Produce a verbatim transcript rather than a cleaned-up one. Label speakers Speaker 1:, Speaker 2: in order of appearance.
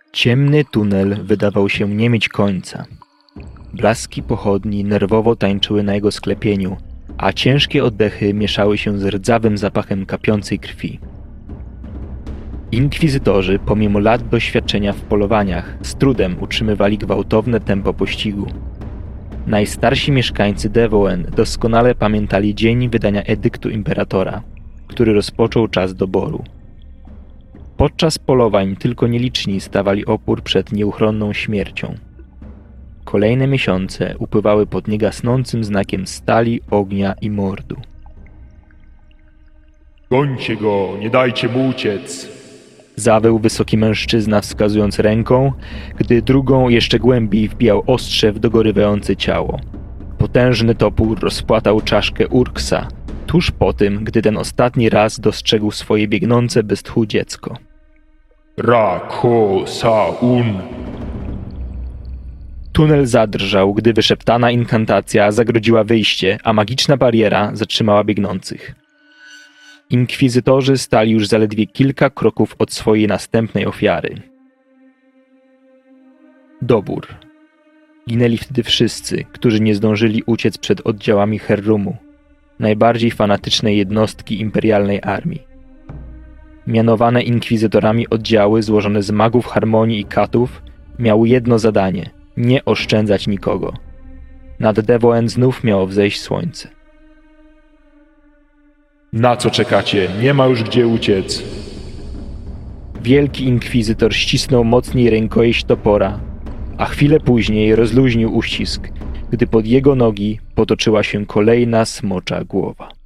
Speaker 1: Ciemny tunel wydawał się nie mieć końca. Blaski pochodni nerwowo tańczyły na jego sklepieniu, a ciężkie oddechy mieszały się z rdzawym zapachem kapiącej krwi. Inkwizytorzy, pomimo lat doświadczenia w polowaniach, z trudem utrzymywali gwałtowne tempo pościgu. Najstarsi mieszkańcy Devoen doskonale pamiętali dzień wydania edyktu imperatora, który rozpoczął czas doboru. Podczas polowań tylko nieliczni stawali opór przed nieuchronną śmiercią. Kolejne miesiące upływały pod niegasnącym znakiem stali, ognia i mordu.
Speaker 2: Gońcie go, nie dajcie mu uciec!
Speaker 1: Zawył wysoki mężczyzna, wskazując ręką, gdy drugą jeszcze głębiej wbijał ostrze w dogorywające ciało. Potężny topór rozpłatał czaszkę Urksa, tuż po tym, gdy ten ostatni raz dostrzegł swoje biegnące bez tchu dziecko.
Speaker 2: Ra-ko-sa-un!
Speaker 1: Tunel zadrżał, gdy wyszeptana inkantacja zagrodziła wyjście, a magiczna bariera zatrzymała biegnących. Inkwizytorzy stali już zaledwie kilka kroków od swojej następnej ofiary. Dobór. Ginęli wtedy wszyscy, którzy nie zdążyli uciec przed oddziałami Herrumu, najbardziej fanatycznej jednostki imperialnej armii. Mianowane inkwizytorami oddziały złożone z magów harmonii i katów miały jedno zadanie – nie oszczędzać nikogo. Nad Devoen znów miało wzejść słońce.
Speaker 2: Na co czekacie? Nie ma już gdzie uciec.
Speaker 1: Wielki inkwizytor ścisnął mocniej rękojeść topora, a chwilę później rozluźnił uścisk, gdy pod jego nogi potoczyła się kolejna smocza głowa.